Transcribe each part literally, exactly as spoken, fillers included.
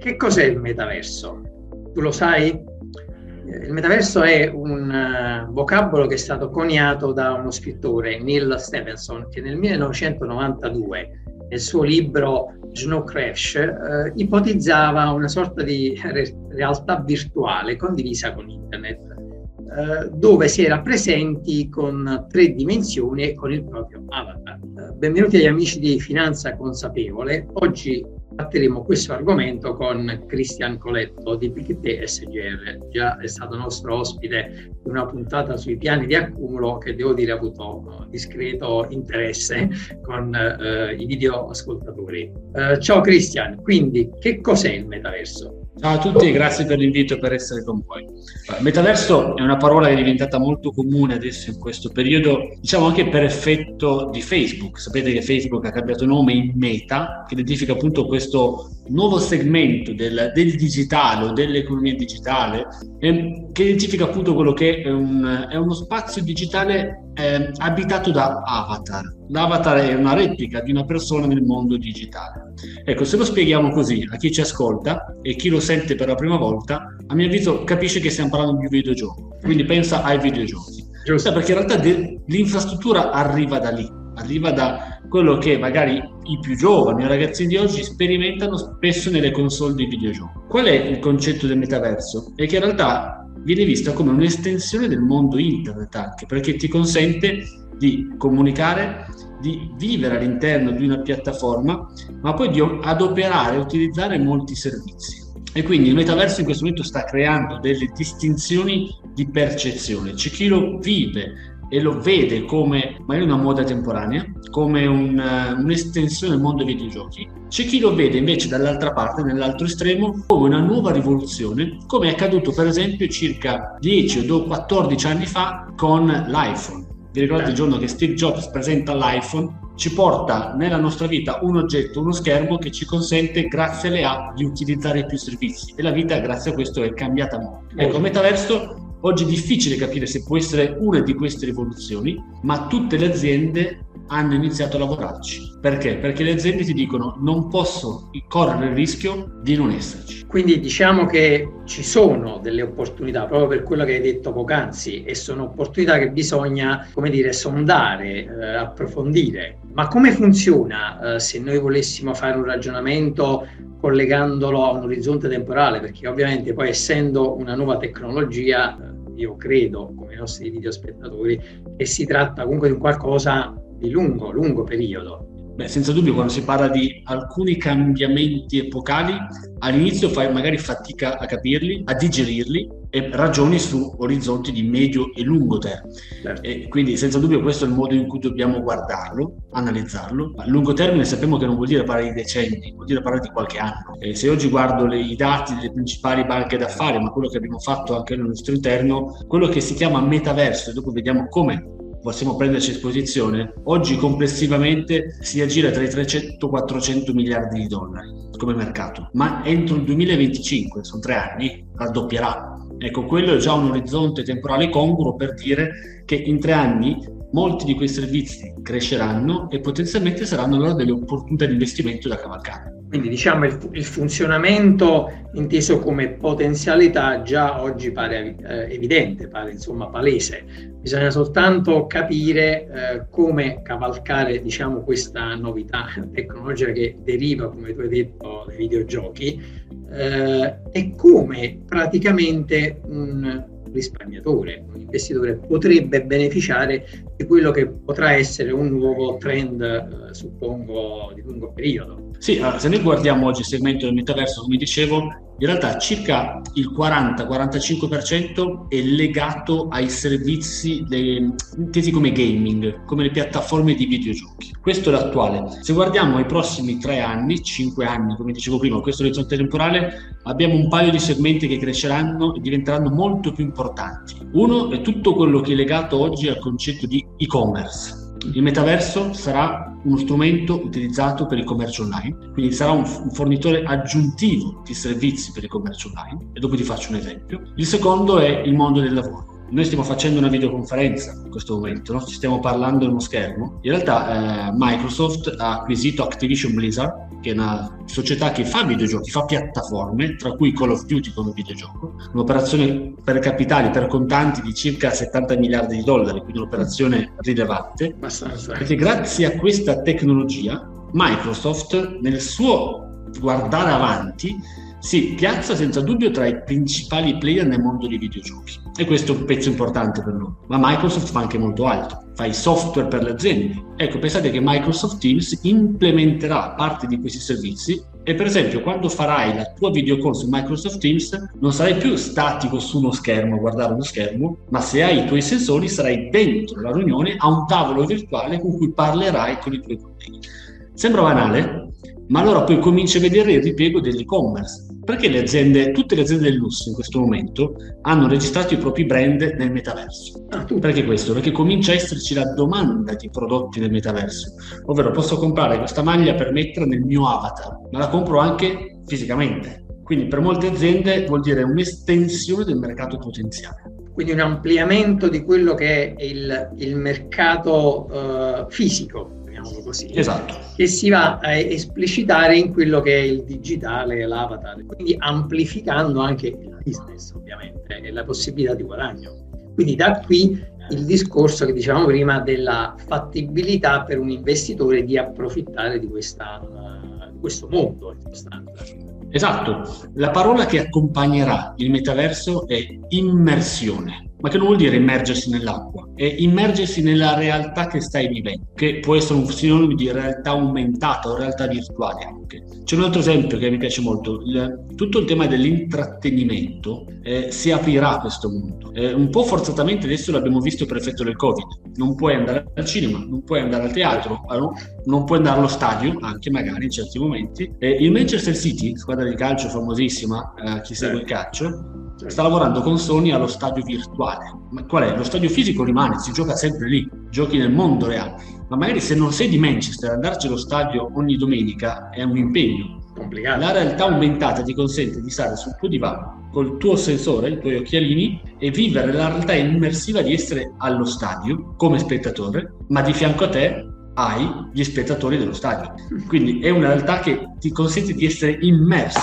che cos'è il metaverso? Tu lo sai? Il metaverso è un uh, vocabolo che è stato coniato da uno scrittore, Neal Stephenson, che nel millenovecentonovantadue, nel suo libro Snow Crash, uh, ipotizzava una sorta di re- realtà virtuale condivisa con internet, uh, dove si era presenti con tre dimensioni e con il proprio avatar. Uh, benvenuti agli amici di Finanza Consapevole. Oggi tratteremo questo argomento con Cristian Coletto di Pictet S G R. Già è stato nostro ospite in una puntata sui piani di accumulo che devo dire ha avuto discreto interesse con eh, i video ascoltatori. Eh, ciao Cristian, quindi che cos'è il metaverso? Ciao a tutti e grazie per l'invito per essere con voi. Metaverso è una parola che è diventata molto comune adesso in questo periodo, diciamo anche per effetto di Facebook. Sapete che Facebook ha cambiato nome in Meta, che identifica appunto questo nuovo segmento del, del digitale o dell'economia digitale, eh, che identifica appunto quello che è, un, è uno spazio digitale eh, abitato da avatar. L'avatar è una replica di una persona nel mondo digitale. Ecco, se lo spieghiamo così a chi ci ascolta e chi lo sente per la prima volta, a mio avviso capisce che stiamo parlando di un videogioco, quindi pensa ai videogiochi. Giusto, perché in realtà de- l'infrastruttura arriva da lì, arriva da quello che magari i più giovani, i ragazzini di oggi sperimentano spesso nelle console di videogiochi. Qual è il concetto del metaverso? È che in realtà viene vista come un'estensione del mondo internet anche, perché ti consente di comunicare, di vivere all'interno di una piattaforma, ma poi di adoperare e utilizzare molti servizi. E quindi il metaverso in questo momento sta creando delle distinzioni di percezione. C'è chi lo vive e lo vede come magari una moda temporanea, come un, uh, un'estensione del mondo dei videogiochi. C'è chi lo vede invece dall'altra parte, nell'altro estremo, come una nuova rivoluzione, come è accaduto per esempio circa dieci o quattordici anni fa con l'iPhone. Vi ricordate il giorno che Steve Jobs presenta l'iPhone? Ci porta nella nostra vita un oggetto, uno schermo che ci consente, grazie alle app, di utilizzare più servizi. E la vita, grazie a questo, è cambiata molto. Ecco, il metaverso oggi è difficile capire se può essere una di queste rivoluzioni, ma tutte le aziende hanno iniziato a lavorarci. Perché? Perché le aziende ti dicono non posso correre il rischio di non esserci. Quindi diciamo che ci sono delle opportunità, proprio per quello che hai detto poc'anzi, e sono opportunità che bisogna, come dire, sondare, eh, approfondire. Ma come funziona eh, se noi volessimo fare un ragionamento collegandolo a un orizzonte temporale? Perché ovviamente poi, essendo una nuova tecnologia, io credo, come i nostri videospettatori, che si tratta comunque di un qualcosa di lungo, lungo periodo. Beh, senza dubbio, quando si parla di alcuni cambiamenti epocali, all'inizio fai magari fatica a capirli, a digerirli e ragioni su orizzonti di medio e lungo termine. Certo. E quindi senza dubbio questo è il modo in cui dobbiamo guardarlo, analizzarlo. A lungo termine sappiamo che non vuol dire parlare di decenni, vuol dire parlare di qualche anno. E se oggi guardo le, i dati delle principali banche d'affari, ma quello che abbiamo fatto anche nel nostro interno, quello che si chiama metaverso, e dopo vediamo come possiamo prenderci esposizione, oggi complessivamente si aggira tra i trecento e quattrocento miliardi di dollari come mercato, ma entro il duemilaventicinque, sono tre anni, raddoppierà. Ecco, quello è già un orizzonte temporale congruo per dire che in tre anni molti di quei servizi cresceranno e potenzialmente saranno allora delle opportunità di investimento da cavalcare. Quindi diciamo il, il funzionamento inteso come potenzialità già oggi pare eh, evidente, pare insomma palese. Bisogna soltanto capire eh, come cavalcare, diciamo, questa novità tecnologica che deriva, come tu hai detto, dai videogiochi eh, e come praticamente un risparmiatore, un investitore potrebbe beneficiare di quello che potrà essere un nuovo trend, eh, suppongo, di lungo periodo. Sì, allora, se noi guardiamo oggi il segmento del metaverso, come dicevo, in realtà circa il quaranta quarantacinque per cento è legato ai servizi dei, intesi come gaming, come le piattaforme di videogiochi. Questo è l'attuale. Se guardiamo i prossimi tre anni, cinque anni, come dicevo prima, questo orizzonte temporale, abbiamo un paio di segmenti che cresceranno e diventeranno molto più importanti. Uno è tutto quello che è legato oggi al concetto di e-commerce. Il metaverso sarà uno strumento utilizzato per il commercio online, quindi sarà un fornitore aggiuntivo di servizi per il commercio online, e dopo ti faccio un esempio. Il secondo è il mondo del lavoro. noi stiamo facendo una videoconferenza in questo momento, no? Ci stiamo parlando in uno schermo. In realtà eh, Microsoft ha acquisito Activision Blizzard, che è una società che fa videogiochi, fa piattaforme, tra cui Call of Duty come videogioco, un'operazione per capitali, per contanti di circa settanta miliardi di dollari, quindi un'operazione rilevante, abbastanza. Perché grazie a questa tecnologia Microsoft, nel suo guardare avanti, si piazza senza dubbio tra i principali player nel mondo dei videogiochi, e questo è un pezzo importante per noi. Ma Microsoft fa anche molto altro, fa i software per le aziende. Ecco, pensate che Microsoft Teams implementerà parte di questi servizi, e per esempio quando farai la tua video call su Microsoft Teams non sarai più statico su uno schermo, a guardare uno schermo, ma se hai i tuoi sensori sarai dentro la riunione a un tavolo virtuale con cui parlerai con i tuoi colleghi. Sembra banale, ma allora poi cominci a vedere il ripiego dell'e-commerce. Perché le aziende, tutte le aziende del lusso in questo momento hanno registrato i propri brand nel metaverso? Ah, perché questo? Perché comincia a esserci la domanda di prodotti nel metaverso, ovvero posso comprare questa maglia per metterla nel mio avatar, ma la compro anche fisicamente. Quindi per molte aziende vuol dire un'estensione del mercato potenziale. Quindi un ampliamento di quello che è il, il mercato uh, fisico. Così, esatto, che si va a esplicitare in quello che è il digitale, l'avatar, quindi amplificando anche il business ovviamente e la possibilità di guadagno. Quindi da qui il discorso che dicevamo prima della fattibilità per un investitore di approfittare di, questa, uh, di questo mondo in sostanza. Esatto, la parola che accompagnerà il metaverso è immersione. Ma che non vuol dire immergersi nell'acqua, è immergersi nella realtà che stai vivendo, che può essere un sinonimo di realtà aumentata o realtà virtuale anche. C'è un altro esempio che mi piace molto, il, tutto il tema dell'intrattenimento eh, si aprirà a questo mondo. Eh, un po' forzatamente adesso l'abbiamo visto per effetto del Covid, non puoi andare al cinema, non puoi andare al teatro, non puoi andare allo stadio, anche magari in certi momenti. Eh, il Manchester City, squadra di calcio famosissima, eh, chi segue il calcio, sta lavorando con Sony allo stadio virtuale. Ma qual è? Lo stadio fisico rimane, si gioca sempre lì, giochi nel mondo reale, ma magari se non sei di Manchester, andarci allo stadio ogni domenica è un impegno complicato. La realtà aumentata ti consente di stare sul tuo divano col tuo sensore, i tuoi occhialini, e vivere la realtà immersiva di essere allo stadio come spettatore, ma di fianco a te hai gli spettatori dello stadio. Quindi è una realtà che ti consente di essere immerso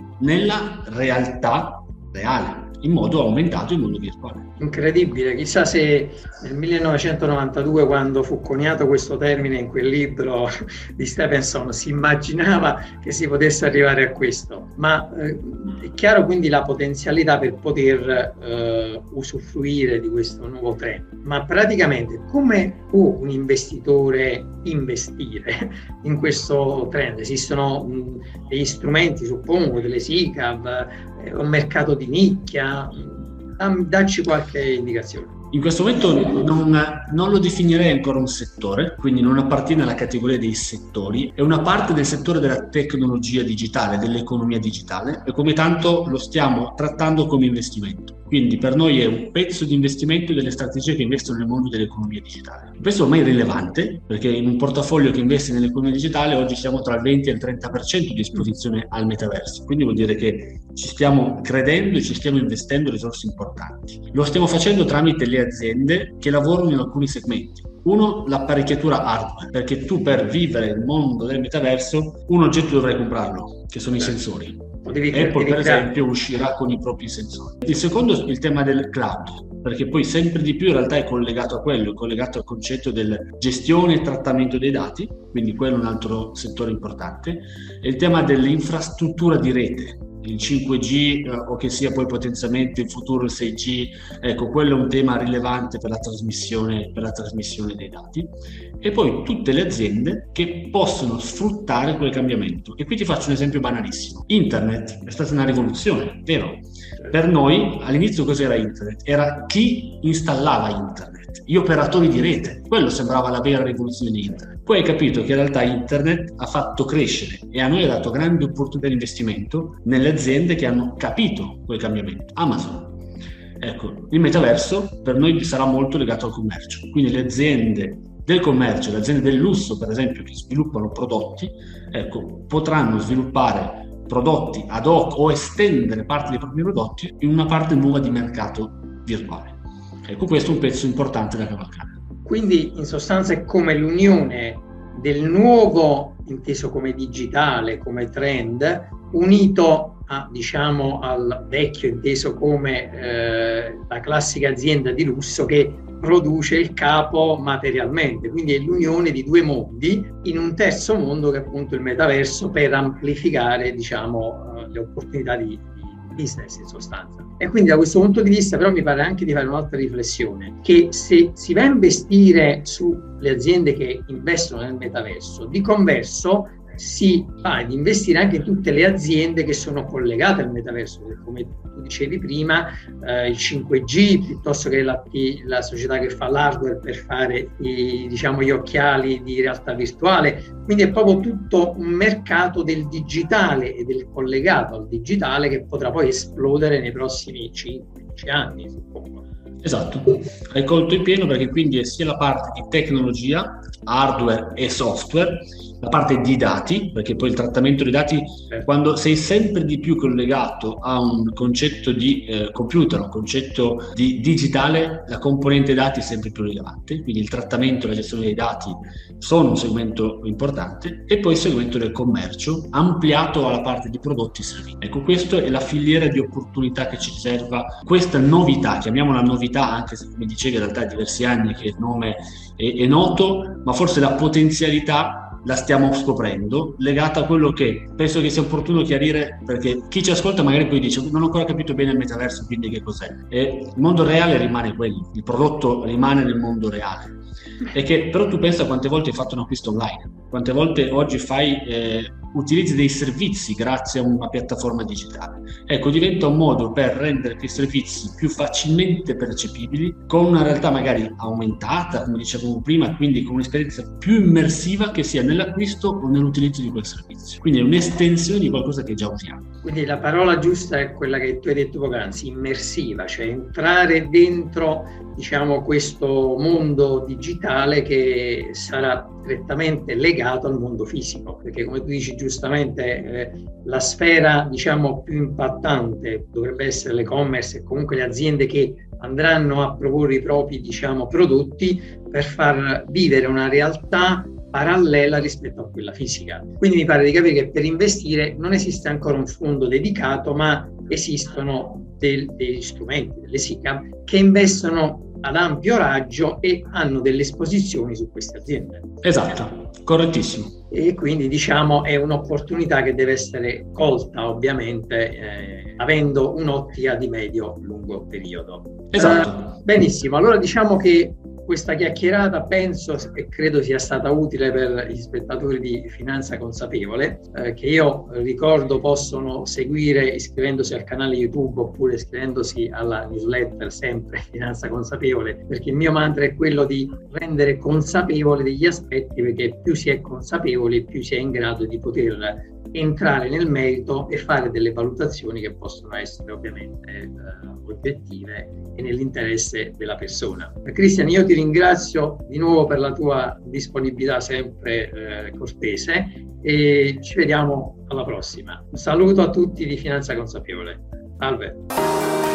nella realtà reale, in modo aumentato, in modo virtuale. Incredibile, chissà se nel millenovecentonovantadue, quando fu coniato questo termine in quel libro di Stephenson, si immaginava che si potesse arrivare a questo, ma eh, è chiaro quindi la potenzialità per poter eh, usufruire di questo nuovo trend. Ma praticamente come può un investitore investire in questo trend? Esistono mh, degli strumenti, suppongo, delle S I C A V, eh, un mercato di nicchia? Dacci qualche indicazione. In questo momento non, non lo definirei ancora un settore, quindi non appartiene alla categoria dei settori, è una parte del settore della tecnologia digitale, dell'economia digitale, e come tanto lo stiamo trattando come investimento. Quindi per noi è un pezzo di investimento delle strategie che investono nel mondo dell'economia digitale. Questo ormai è rilevante, perché in un portafoglio che investe nell'economia digitale oggi siamo tra il venti e il trenta per cento di esposizione al metaverso, quindi vuol dire che ci stiamo credendo e ci stiamo investendo risorse importanti. Lo stiamo facendo tramite le aziende che lavorano in alcuni segmenti. Uno, l'apparecchiatura hardware, perché tu per vivere il mondo del metaverso un oggetto dovrai comprarlo, che sono i sensori. Apple per esempio uscirà con i propri sensori. Il secondo è il tema del cloud, perché poi sempre di più in realtà è collegato a quello, è collegato al concetto del gestione e trattamento dei dati, quindi quello è un altro settore importante, e il tema dell'infrastruttura di rete, il cinque G eh, o che sia poi potenzialmente in futuro il sei G, ecco, quello è un tema rilevante per la trasmissione, per la trasmissione dei dati. E poi tutte le aziende che possono sfruttare quel cambiamento. E qui ti faccio un esempio banalissimo. Internet è stata una rivoluzione, vero? Per noi all'inizio cos'era Internet? Era chi installava Internet, gli operatori di rete. Quello sembrava la vera rivoluzione di Internet. Poi hai capito che in realtà Internet ha fatto crescere e a noi ha dato grandi opportunità di investimento nelle aziende che hanno capito quel cambiamento. Amazon. Ecco, il metaverso per noi sarà molto legato al commercio. Quindi le aziende del commercio, le aziende del lusso per esempio che sviluppano prodotti, ecco, potranno sviluppare prodotti ad hoc o estendere parte dei propri prodotti in una parte nuova di mercato virtuale. Ecco, questo è un pezzo importante da cavalcare. Quindi in sostanza è come l'unione del nuovo, inteso come digitale, come trend, unito a, diciamo, al vecchio, inteso come eh, la classica azienda di lusso che produce il capo materialmente. Quindi è l'unione di due mondi in un terzo mondo che è appunto il metaverso, per amplificare, diciamo, le opportunità di, di business in sostanza. E quindi da questo punto di vista però mi pare anche di fare un'altra riflessione, che se si va a investire sulle aziende che investono nel metaverso, di converso si va ad investire anche in tutte le aziende che sono collegate al metaverso, come tu dicevi prima, eh, il cinque G, piuttosto che la, la società che fa l'hardware per fare i, diciamo, gli occhiali di realtà virtuale. Quindi è proprio tutto un mercato del digitale e del collegato al digitale che potrà poi esplodere nei prossimi cinque dieci anni, suppongo. Esatto, hai colto in pieno, perché quindi è sia la parte di tecnologia, hardware e software, la parte di dati, perché poi il trattamento dei dati, quando sei sempre di più collegato a un concetto di eh, computer, un concetto di digitale, la componente dati è sempre più rilevante, quindi il trattamento e la gestione dei dati sono un segmento importante, e poi il segmento del commercio ampliato alla parte di prodotti e servizi. Ecco, questa è la filiera di opportunità che ci riserva questa novità, chiamiamola novità, anche se come dicevi in realtà è diversi anni che il nome è, è noto, ma forse la potenzialità la stiamo scoprendo, legata a quello che penso che sia opportuno chiarire, perché chi ci ascolta magari poi dice non ho ancora capito bene il metaverso, quindi che cos'è? E il mondo reale rimane quello, il prodotto rimane nel mondo reale. E che però tu pensa quante volte hai fatto un acquisto online, quante volte oggi fai eh, utilizzi dei servizi grazie a una piattaforma digitale. Ecco, diventa un modo per rendere quei servizi più facilmente percepibili, con una realtà magari aumentata, come dicevamo prima, quindi con un'esperienza più immersiva che sia nell'acquisto o nell'utilizzo di quel servizio. Quindi è un'estensione di qualcosa che già usiamo. Quindi la parola giusta è quella che tu hai detto poc'anzi, immersiva, cioè entrare dentro, diciamo, questo mondo digitale che sarà strettamente legato al mondo fisico, perché come tu dici giustamente eh, la sfera, diciamo, più impattante dovrebbe essere l'e-commerce e comunque le aziende che andranno a proporre i propri, diciamo, prodotti per far vivere una realtà parallela rispetto a quella fisica. Quindi mi pare di capire che per investire non esiste ancora un fondo dedicato, ma esistono del, degli strumenti, delle S I C A P che investono ad ampio raggio e hanno delle esposizioni su queste aziende. Esatto, correttissimo. E quindi, diciamo, è un'opportunità che deve essere colta, ovviamente, eh, avendo un'ottica di medio-lungo periodo. Esatto. Uh, benissimo, allora diciamo che questa chiacchierata penso e credo sia stata utile per gli spettatori di Finanza Consapevole, eh, che io ricordo possono seguire iscrivendosi al canale YouTube oppure iscrivendosi alla newsletter, sempre Finanza Consapevole, perché il mio mantra è quello di rendere consapevole degli aspetti, perché più si è consapevoli più si è in grado di poter entrare nel merito e fare delle valutazioni che possono essere ovviamente eh, oggettive e nell'interesse della persona. Cristian, io ti ringrazio di nuovo per la tua disponibilità sempre eh, cortese e ci vediamo alla prossima. Un saluto a tutti di Finanza Consapevole. Salve.